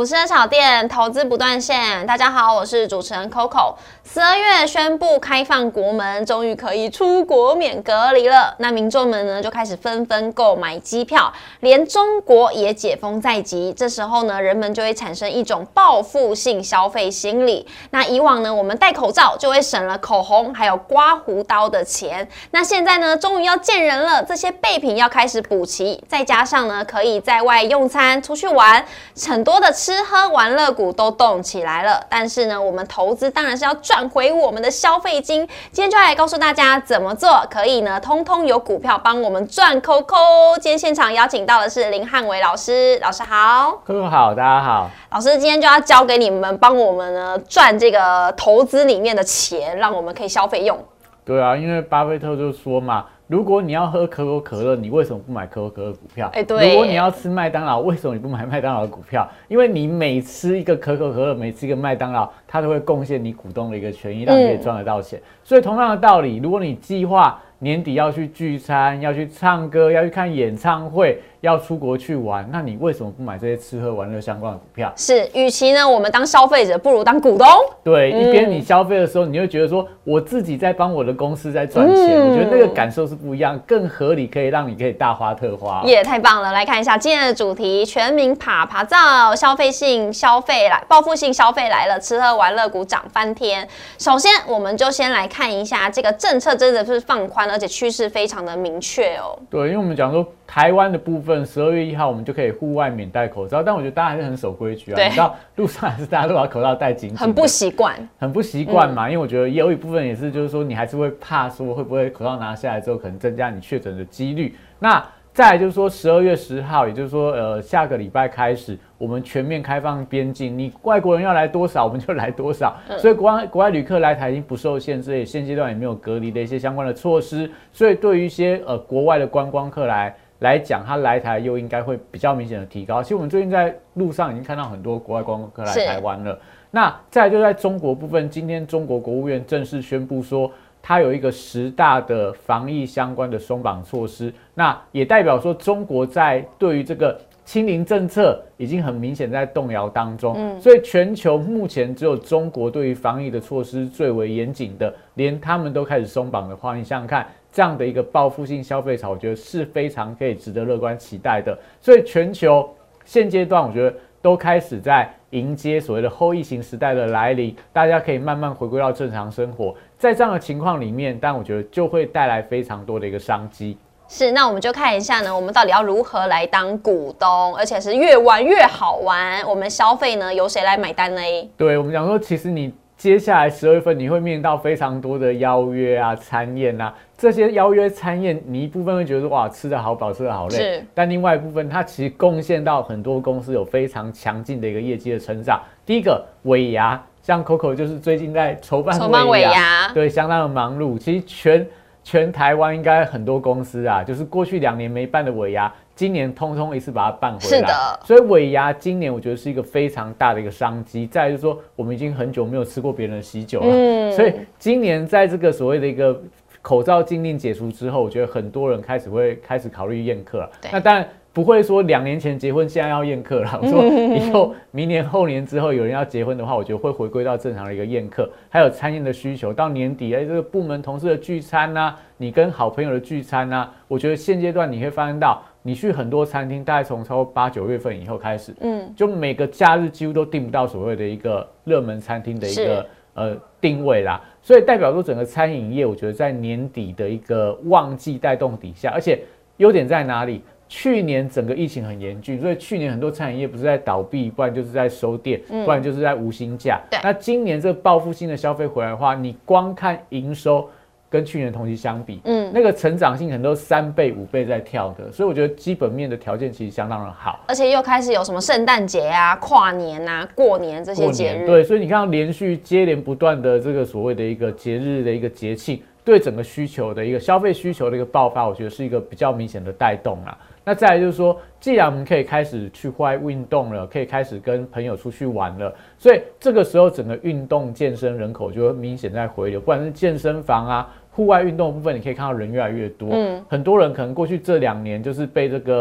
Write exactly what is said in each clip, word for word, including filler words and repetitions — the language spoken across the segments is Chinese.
股市的炒店，投资不断线。大家好，我是主持人 Coco。十二月宣布开放国门，终于可以出国免隔离了。那民众们呢就开始纷纷购买机票，连中国也解封在即。这时候呢，人们就会产生一种报复性消费心理。那以往呢，我们戴口罩就会省了口红还有刮胡刀的钱。那现在呢，终于要见人了，这些备品要开始补齐，再加上呢，可以在外用餐、出去玩，很多的吃喝玩乐股都动起来了。但是呢，我们投资当然是要赚回我们的消费金。今天就来告诉大家怎么做，可以呢，通通有股票帮我们赚扣扣。今天现场邀请到的是林汉伟老师，老师好。 各位好，大家好。 老师今天就要教给你们，帮我们呢赚这个投资里面的钱，让我们可以消费用。 对啊，因为巴菲特就说嘛，如果你要喝可口可乐，你为什么不买可口可乐股票？哎，对。如果你要吃麦当劳，为什么你不买麦当劳的股票？因为你每吃一个可口可乐，每吃一个麦当劳，它都会贡献你股东的一个权益，让你可以赚得到钱。嗯、所以同样的道理，如果你计划年底要去聚餐、要去唱歌、要去看演唱会、要出国去玩，那你为什么不买这些吃喝玩乐相关的股票？ 是，与其呢我们当消费者，不如当股东。 对，嗯、一边你消费的时候，你会觉得说我自己在帮我的公司在赚钱，嗯、我觉得那个感受是不一样，更合理，可以让你可以大花特花。 也、yeah, 太棒了！来看一下今天的主题：全民趴趴照，消费性消费来，报复性消费来了，吃喝玩乐股涨翻天。首先，我们就先来看一下这个政策真的是放宽了。而且趋势非常的明确哦。 对，因为我们讲说台湾的部分，十二月一号我们就可以户外免戴口罩，但我觉得大家还是很守规矩啊。你知道路上还是大家都把口罩戴紧紧的， 很不习惯，很不习惯嘛。嗯、因为我觉得也有一部分也是，就是说你还是会怕说会不会口罩拿下来之后，可能增加你确诊的几率。那再来就是说，十二月十号，也就是说，呃，下个礼拜开始，我们全面开放边境，你外国人要来多少，我们就来多少。嗯、所以国外国外旅客来台已经不受限制，也现阶段也没有隔离的一些相关的措施。所以对于一些呃国外的观光客来来讲，他来台又应该会比较明显的提高。其实我们最近在路上已经看到很多国外观光客来台湾了。那再来就在中国部分，今天中国国务院正式宣布说，它有一个十大的防疫相关的松绑措施，那也代表说中国在对于这个清零政策已经很明显在动摇当中，嗯、所以全球目前只有中国对于防疫的措施最为严谨的，连他们都开始松绑的话，你想想看，这样的一个报复性消费潮，我觉得是非常可以值得乐观期待的。所以全球现阶段，我觉得都开始在迎接所谓的后疫情时代的来临，大家可以慢慢回归到正常生活。在这样的情况里面，但我觉得就会带来非常多的一个商机。 是，那我们就看一下呢，我们到底要如何来当股东，而且是越玩越好玩。我们消费呢，由谁来买单呢？ 对，我们讲说，其实你接下来十二月份你会面临到非常多的邀约啊、餐宴啊，这些邀约餐宴，你一部分会觉得哇，吃得好饱，吃得好累，是，但另外一部分它其实贡献到很多公司有非常强劲的一个业绩的成长。第一个尾牙。像 Coco 就是最近在筹办尾牙，对，相当的忙碌。其实全全台湾应该很多公司啊，就是过去两年没办的尾牙，今年通通一次把它办回来。是的，所以尾牙今年我觉得是一个非常大的一个商机。再来就是说，我们已经很久没有吃过别人的喜酒了，嗯、所以今年在这个所谓的一个口罩禁令解除之后，我觉得很多人开始会开始考虑宴客了。那当然。不会说两年前结婚，现在要宴客了。我说以后明年后年之后有人要结婚的话，我觉得会回归到正常的一个宴客，还有餐宴的需求。到年底，哎，这个部门同事的聚餐啊，你跟好朋友的聚餐啊，我觉得现阶段你会发现到，你去很多餐厅，大概从超过八九月份以后开始，嗯，就每个假日几乎都订不到所谓的一个热门餐厅的一个呃定位啦。所以代表说整个餐饮业，我觉得在年底的一个旺季带动底下，而且优点在哪里？去年整个疫情很严峻，所以去年很多餐饮业不是在倒闭，不然就是在收店，不然就是在无薪假。嗯、那今年这个报复性的消费回来的话，你光看营收跟去年同期相比，嗯，那个成长性可能都三倍、五倍在跳的，所以我觉得基本面的条件其实相当的好。 而且又开始有什么圣诞节啊、跨年啊、过年这些节日， 对，所以你看到连续接连不断的这个所谓的一个节日的一个节庆，对整个需求的一个消费需求的一个爆发，我觉得是一个比较明显的带动啦。那再来就是说，既然我们可以开始去户外运动了，可以开始跟朋友出去玩了，所以这个时候整个运动健身人口就会明显在回流，不管是健身房啊、户外运动的部分，你可以看到人越来越多。嗯，很多人可能过去这两年就是被这个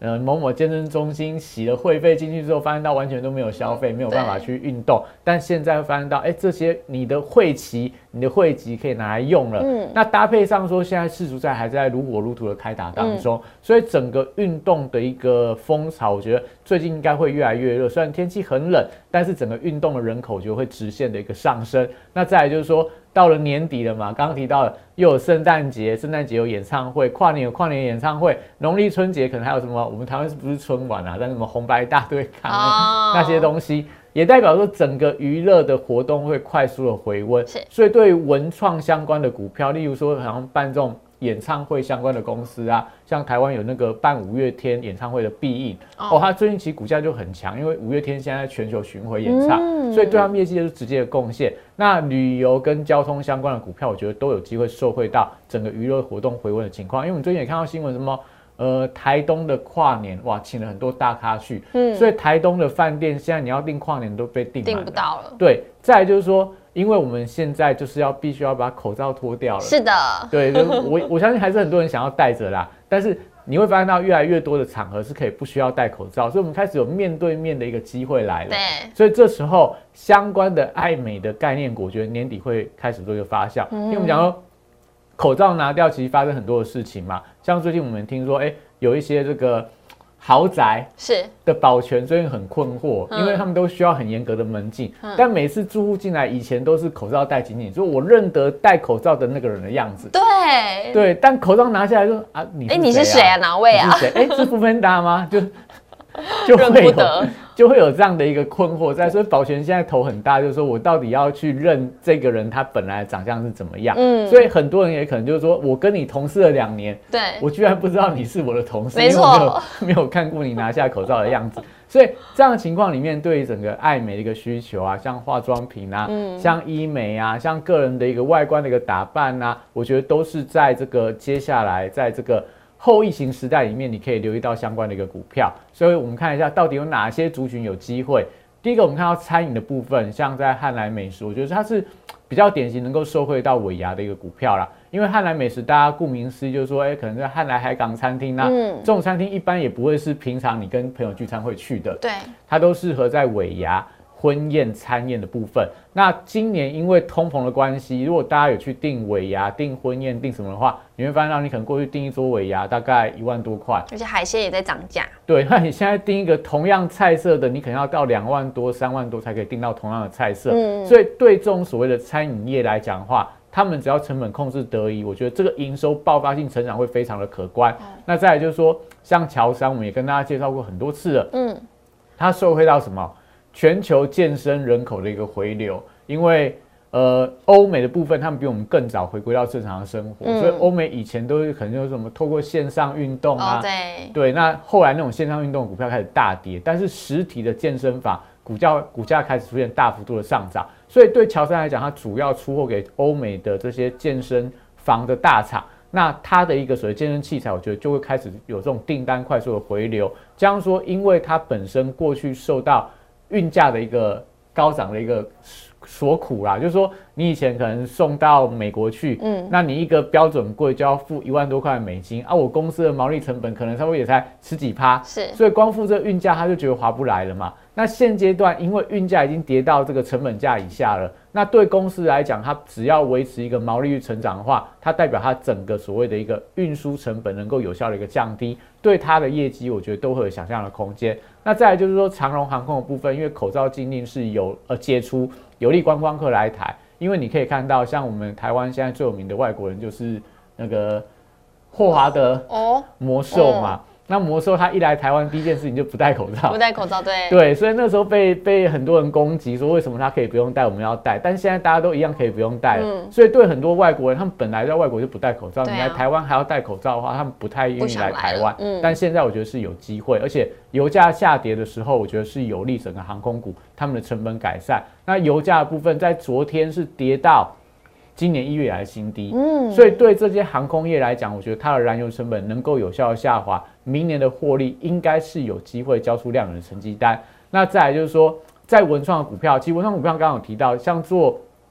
呃某某健身中心洗了会费进去之后，发现到完全都没有消费，没有办法去运动。但现在会发现到，哎，这些你的会期、你的会籍可以拿来用了。嗯，那搭配上说，现在世足赛还在如火如荼的开打当中，嗯、所以整个运动的一个风潮，我觉得最近应该会越来越热。虽然天气很冷，但是整个运动的人口就会直线的一个上升。那再来就是说，到了年底了嘛，刚刚提到了又有圣诞节，圣诞节有演唱会，跨年有跨年演唱会，农历春节可能还有什么？我们台湾是不是春晚啊？但什么红白大对抗、oh. 那些东西，也代表说整个娱乐的活动会快速的回温。所以对于文创相关的股票，例如说好像办这种演唱会相关的公司啊，像台湾有那个办五月天演唱会的必应、oh. 哦，它最近其实股价就很强，因为五月天现在全球巡回演唱，嗯、所以对他们业绩就是直接的贡献。那旅游跟交通相关的股票，我觉得都有机会受惠到整个娱乐活动回温的情况。因为我们最近也看到新闻，什么呃台东的跨年，哇，请了很多大咖去，嗯，所以台东的饭店现在你要订跨年都被订满了， 订不到了。 对，再来就是说，因为我们现在就是要必须要把口罩脱掉了， 是的， 对，就我我相信还是很多人想要戴着啦，但是你会发现到越来越多的场合是可以不需要戴口罩，所以我们开始有面对面的一个机会来了。 对， 所以这时候相关的爱美的概念股，我觉得年底会开始做一个发酵，嗯、因为我们讲说口罩拿掉，其实发生很多的事情嘛，像最近我们听说，哎，有一些这个豪宅是的保全最近很困惑，嗯、因为他们都需要很严格的门禁，嗯、但每次住户进来以前都是口罩戴紧紧，所以我认得戴口罩的那个人的样子。 对对，但口罩拿下来就啊，你是谁啊？ 哎，你是谁啊？哪位啊？ 你是谁？哎，是富芬达吗？就就会有就会有这样的一个困惑在，所以保全现在头很大，就是说我到底要去认这个人他本来的长相是怎么样？嗯，所以很多人也可能就是说我跟你同事了两年，对，我居然不知道你是我的同事， 没错， 因为我没有没有看过你拿下口罩的样子。所以这样的情况里面，对于整个爱美的一个需求啊，像化妆品啊，嗯、像医美啊，像个人的一个外观的一个打扮啊，我觉得都是在这个接下来在这个后疫情时代里面，你可以留意到相关的一个股票。所以我们看一下到底有哪些族群有机会。第一个，我们看到餐饮的部分，像在汉来美食，我觉得它是比较典型能够受惠到尾牙的一个股票啦。因为汉来美食，大家顾名思义就是说，哎，可能在汉来海港餐厅啊，嗯、这种餐厅一般也不会是平常你跟朋友聚餐会去的，对，它都适合在尾牙、婚宴、餐宴的部分。那今年因为通膨的关系，如果大家有去订尾牙、订婚宴、订什么的话，你会发现到你可能过去订一桌尾牙大概一万多块， 而且海鲜也在涨价。 对，那你现在订一个同样菜色的，你可能要到两万多、三万多才可以订到同样的菜色。嗯，所以对这种所谓的餐饮业来讲的话，他们只要成本控制得宜，我觉得这个营收爆发性成长会非常的可观。嗯、那再来就是说，像乔山，我们也跟大家介绍过很多次了，嗯，它受惠到什么？全球健身人口的一个回流，因为呃欧美的部分，他们比我们更早回归到正常的生活，嗯、所以欧美以前都是可能有什么透过线上运动啊，哦、对对，那后来那种线上运动的股票开始大跌，但是实体的健身房股价股价开始出现大幅度的上涨，所以对乔山来讲，它主要出货给欧美的这些健身房的大厂。那它的一个所谓健身器材，我觉得就会开始有这种订单快速的回流。这样说，因为它本身过去受到运价的一个高涨的一个所苦啦，就是说你以前可能送到美国去，嗯，那你一个标准柜就要付一万多块美金啊，我公司的毛利成本可能差不多也才十几趴，是，所以光付这个运价他就觉得划不来了嘛。那现阶段因为运价已经跌到这个成本价以下了，那对公司来讲，它只要维持一个毛利率成长的话，它代表它整个所谓的一个运输成本能够有效的一个降低，对它的业绩我觉得都会有想象的空间。那再来就是说长荣航空的部分，因为口罩禁令是有呃解除，有利观光客来台，因为你可以看到像我们台湾现在最有名的外国人就是那个霍华德魔兽嘛。哦哦那魔兽他一来台湾，第一件事情就不戴口罩， 不戴口罩，对对，所以那时候被被很多人攻击，说为什么他可以不用戴，我们要戴，但现在大家都一样可以不用戴了，嗯、所以对很多外国人，他们本来在外国就不戴口罩，啊、你来台湾还要戴口罩的话，他们不太愿意来台湾。嗯、但现在我觉得是有机会，而且油价下跌的时候，我觉得是有利整个航空股他们的成本改善。那油价的部分在昨天是跌到今年一月以来的新低，嗯，所以对这些航空业来讲，我觉得它的燃油成本能够有效的下滑，明年的获利应该是有机会交出亮眼的成绩单。那再来就是说，在文创的股票，其实文创股票刚刚有提到，像做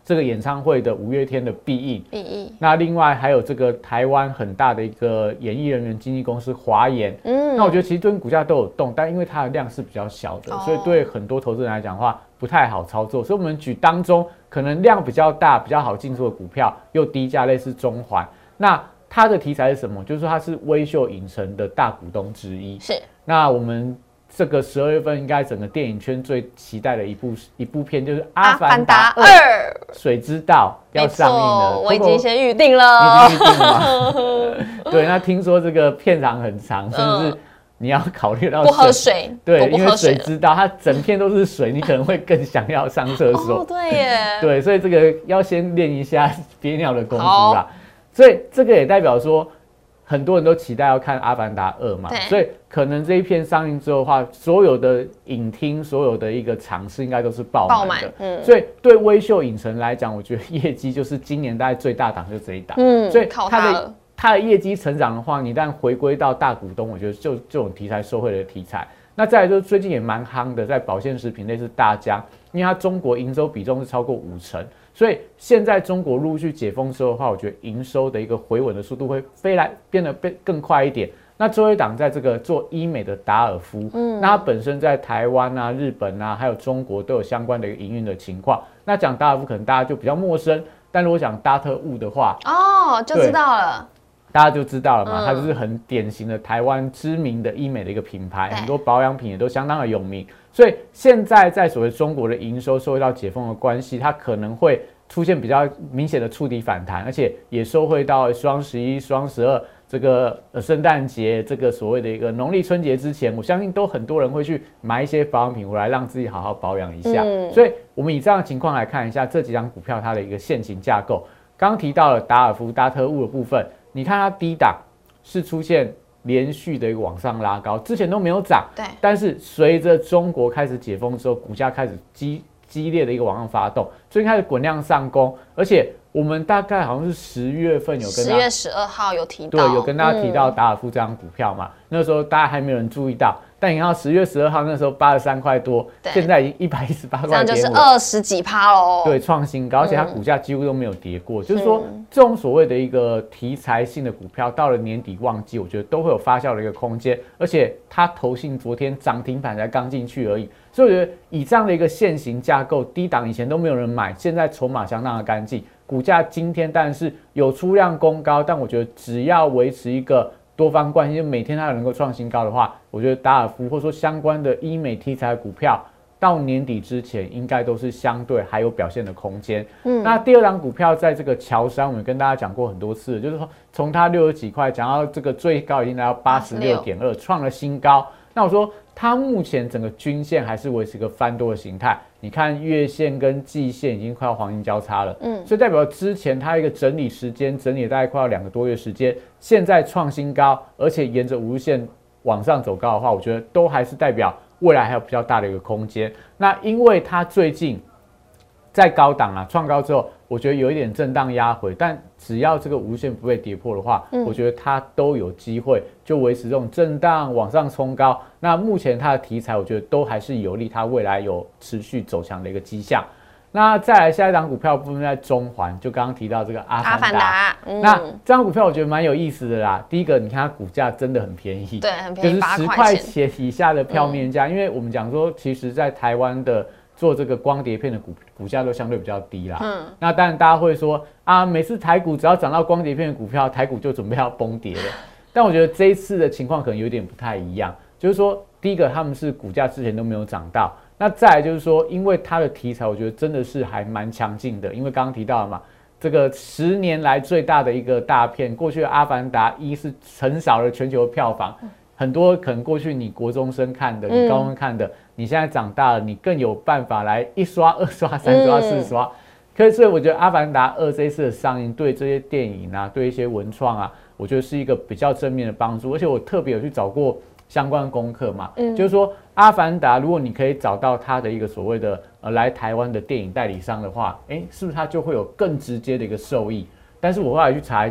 这个演唱会的五月天的必应， 必应。 那另外还有这个台湾很大的一个演艺人员经纪公司华研，嗯，那我觉得其实最近股价都有动，但因为它的量是比较小的，哦、所以对很多投资人来讲的话不太好操作。所以我们举当中可能量比较大、比较好进出的股票，又低价，类似中环。那它的题材是什么？就是说它是威秀影城的大股东之一。 是。 那我们这个十二月份应该整个电影圈最期待的一部一部片就是《阿凡达二》水之道要上映了， 我已经先预定了。 你已经预定了吗？对，那听说这个片长很长，甚至是你要考虑到不喝水， 对，因为水之道它整片都是水，你可能会更想要上厕所。 哦，对耶。 对，所以这个要先练一下憋尿的功夫啦。所以这个也代表说，很多人都期待要看《阿凡达二》嘛，所以可能这一片上映之后的话，所有的影厅、所有的一个场次应该都是爆满的。嗯，所以对威秀影城来讲，我觉得业绩就是今年大概最大档就这一档。嗯，所以它的它的业绩成长的话，你一旦回归到大股东，我觉得就这种题材受惠的题材。那再来就是最近也蛮夯的，在保健食品类似大疆，因为它中国营收比重是超过五成。所以现在中国陆续解封之后的话，我觉得营收的一个回稳的速度会飞来变得更快一点。那最后一档在这个做医美的达尔夫，嗯，那它本身在台湾啊、日本啊，还有中国都有相关的一个营运的情况。那讲达尔夫可能大家就比较陌生，但如果讲达特务的话， 哦，就知道了。 大家就知道了嘛，嗯、它就是很典型的台湾知名的医美的一个品牌，很多保养品也都相当的有名。所以现在在所谓中国的营收受到解封的关系，它可能会出现比较明显的触底反弹，而且也受惠到双十一、双十二这个呃圣诞节这个所谓的一个农历春节之前，我相信都很多人会去买一些保养品回来让自己好好保养一下。嗯、所以我们以这样的情况来看一下这几张股票它的一个现行架构。刚刚提到了达尔夫、达特务的部分。你看它低档是出现连续的一个往上拉高，之前都没有涨， 对。 但是随着中国开始解封之后，股价开始激激烈的一个往上发动，所以开始滚量上攻，而且我们大概好像是十月份有跟十月十二号有提到， 对，有跟大家提到达尔夫这张股票嘛，嗯、那时候大家还没有人注意到。但你看到十月十二号那时候八十三块多，现在已经一百一十八块，这样就是二十几趴喽。 对，创新高，而且它股价几乎都没有跌过。嗯、就是说，这种所谓的一个题材性的股票，到了年底旺季，我觉得都会有发酵的一个空间。而且它投信昨天涨停板才刚进去而已，所以我觉得以这样的一个现行架构，低档以前都没有人买，现在筹码相当的干净，股价今天当然是有出量攻高，但我觉得只要维持一个多方关系，每天它能够创新高的话，我觉得达尔夫或者说相关的医美题材的股票，到年底之前应该都是相对还有表现的空间。嗯，那第二档股票在这个乔山，我们跟大家讲过很多次，就是说从它六十几块讲到这个最高已经来到八十六点二，创了新高。那我说它目前整个均线还是维持一个翻多的形态，你看月线跟季线已经快要黄金交叉了，嗯，所以代表之前它一个整理时间整理了大概快要两个多月时间，现在创新高，而且沿着五日线往上走高的话，我觉得都还是代表未来还有比较大的一个空间。那因为它最近在高档啊创高之后，我觉得有一点震荡压回，但只要这个无线不被跌破的话，嗯、我觉得它都有机会就维持这种震荡往上冲高。那目前它的题材，我觉得都还是有利它未来有持续走强的一个迹象。那再来下一档股票部分在中环，就刚刚提到这个阿凡达。阿凡达嗯、那这张股票我觉得蛮有意思的啦。第一个，你看它股价真的很便宜， 对，很便宜， 就是十块钱以下的票面价。嗯、因为我们讲说，其实在台湾的做这个光碟片的股股价都相对比较低啦。嗯，那当然大家会说啊，每次台股只要涨到光碟片的股票，台股就准备要崩跌了。但我觉得这一次的情况可能有点不太一样，就是说，第一个他们是股价之前都没有涨到，那再来就是说，因为它的题材，我觉得真的是还蛮强劲的，因为刚刚提到了嘛，这个十年来最大的一个大片，过去的《阿凡达一》是横扫了全球的票房。很多可能过去你国中生看的，你高中看的，嗯、你现在长大了，你更有办法来一刷、二刷、三刷、四刷。可是，所以我觉得《阿凡达二》这一次的上映，对这些电影啊，对一些文创啊，我觉得是一个比较正面的帮助。而且我特别有去找过相关的功课嘛，嗯、就是说《阿凡达》，如果你可以找到它的一个所谓的呃来台湾的电影代理商的话，哎，是不是它就会有更直接的一个受益？但是我后来去查一下，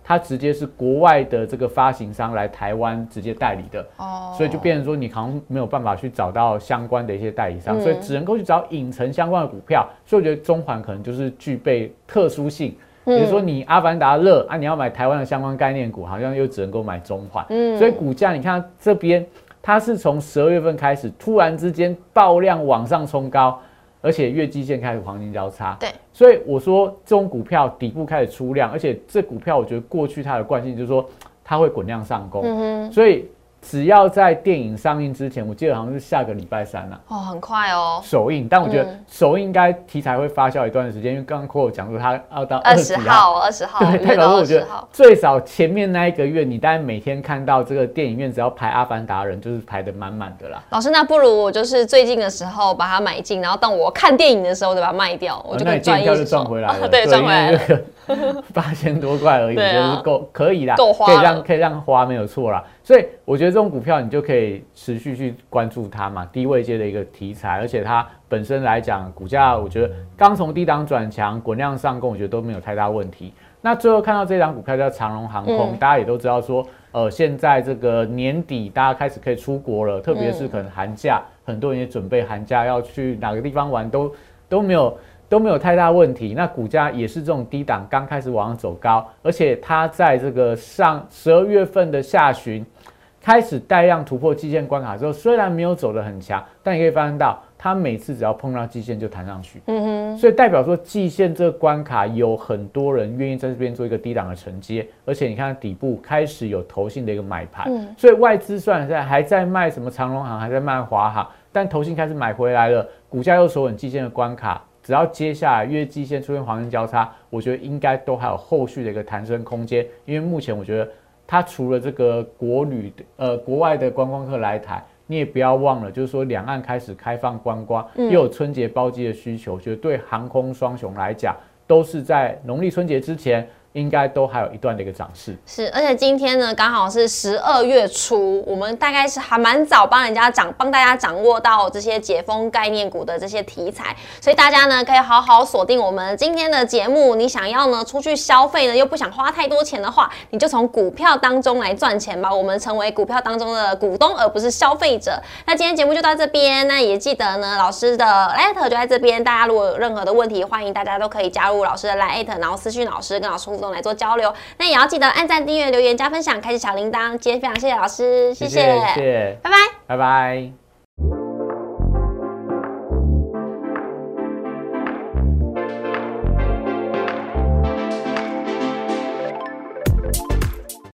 它直接是国外的这个发行商来台湾直接代理的，哦，所以就变成说你好像没有办法去找到相关的一些代理商，嗯、所以只能够去找影城相关的股票。所以我觉得中环可能就是具备特殊性。比如说你阿凡达热啊，你要买台湾的相关概念股，好像又只能够买中环，嗯，所以股价你看这边，它是从十二月份开始突然之间爆量往上冲高，而且月季线开始黄金交叉， 对， 所以我说这种股票底部开始出量，而且这股票我觉得过去它的惯性就是说它会滚量上攻，嗯哼，所以只要在电影上映之前，我记得好像是下个礼拜三啊， 哦，很快哦， 首映。但我觉得首映应该题材会发酵一段时间，因为刚刚 Coco 讲说它要到二十号， 二十号， 对，代表说我觉得最少前面那一个月，你大概每天看到这个电影院只要排《阿凡达》人，就是排得满满的啦。 老师，那不如我就是最近的时候把它买进，然后当我看电影的时候再把它卖掉，我就可以赚一票就赚回来了， 对，赚回来了， 八千多块而已，我觉得是够可以啦， 够花， 可以让可以让花没有错啦。所以我觉得这种股票你就可以持续去关注它嘛，低位阶的一个题材，而且它本身来讲，股价我觉得刚从低档转强，滚量上攻，我觉得都没有太大问题。那最后看到这张股票叫长荣航空，嗯、大家也都知道说，呃，现在这个年底大家开始可以出国了，特别是可能寒假，嗯、很多人也准备寒假要去哪个地方玩，都都没有。都没有太大问题，那股价也是这种低档，刚开始往上走高，而且它在这个上十二月份的下旬开始带量突破季线关卡之后，虽然没有走得很强，但你可以发现到它每次只要碰到季线就弹上去，嗯哼，所以代表说季线这个关卡有很多人愿意在这边做一个低档的承接，而且你看底部开始有投信的一个买盘，嗯、所以外资虽然在还在卖什么长荣航，还在卖华航，但投信开始买回来了，股价又守稳季线的关卡。只要接下来月季线出现黄金交叉，我觉得应该都还有后续的一个弹升空间。因为目前我觉得它除了这个国旅呃国外的观光客来台，你也不要忘了，就是说两岸开始开放观光，又有春节包机的需求，我觉得对航空双雄来讲，都是在农历春节之前。应该都还有一段的一个涨势， 是，而且今天呢刚好是十二月初，我们大概是还蛮早帮人家掌帮大家掌握到这些解封概念股的这些题材，所以大家呢可以好好锁定我们今天的节目。你想要呢出去消费呢，又不想花太多钱的话，你就从股票当中来赚钱吧。我们成为股票当中的股东，而不是消费者。那今天节目就到这边，那也记得呢老师的 LINE 就在这边，大家如果有任何的问题，欢迎大家都可以加入老师的 LINE， 然后私讯老师跟老师互动来做交流。那也要记得按赞、订阅、留言、加分享、开启小铃铛。今天非常谢谢老师，谢谢， 谢谢， 拜拜， 拜拜。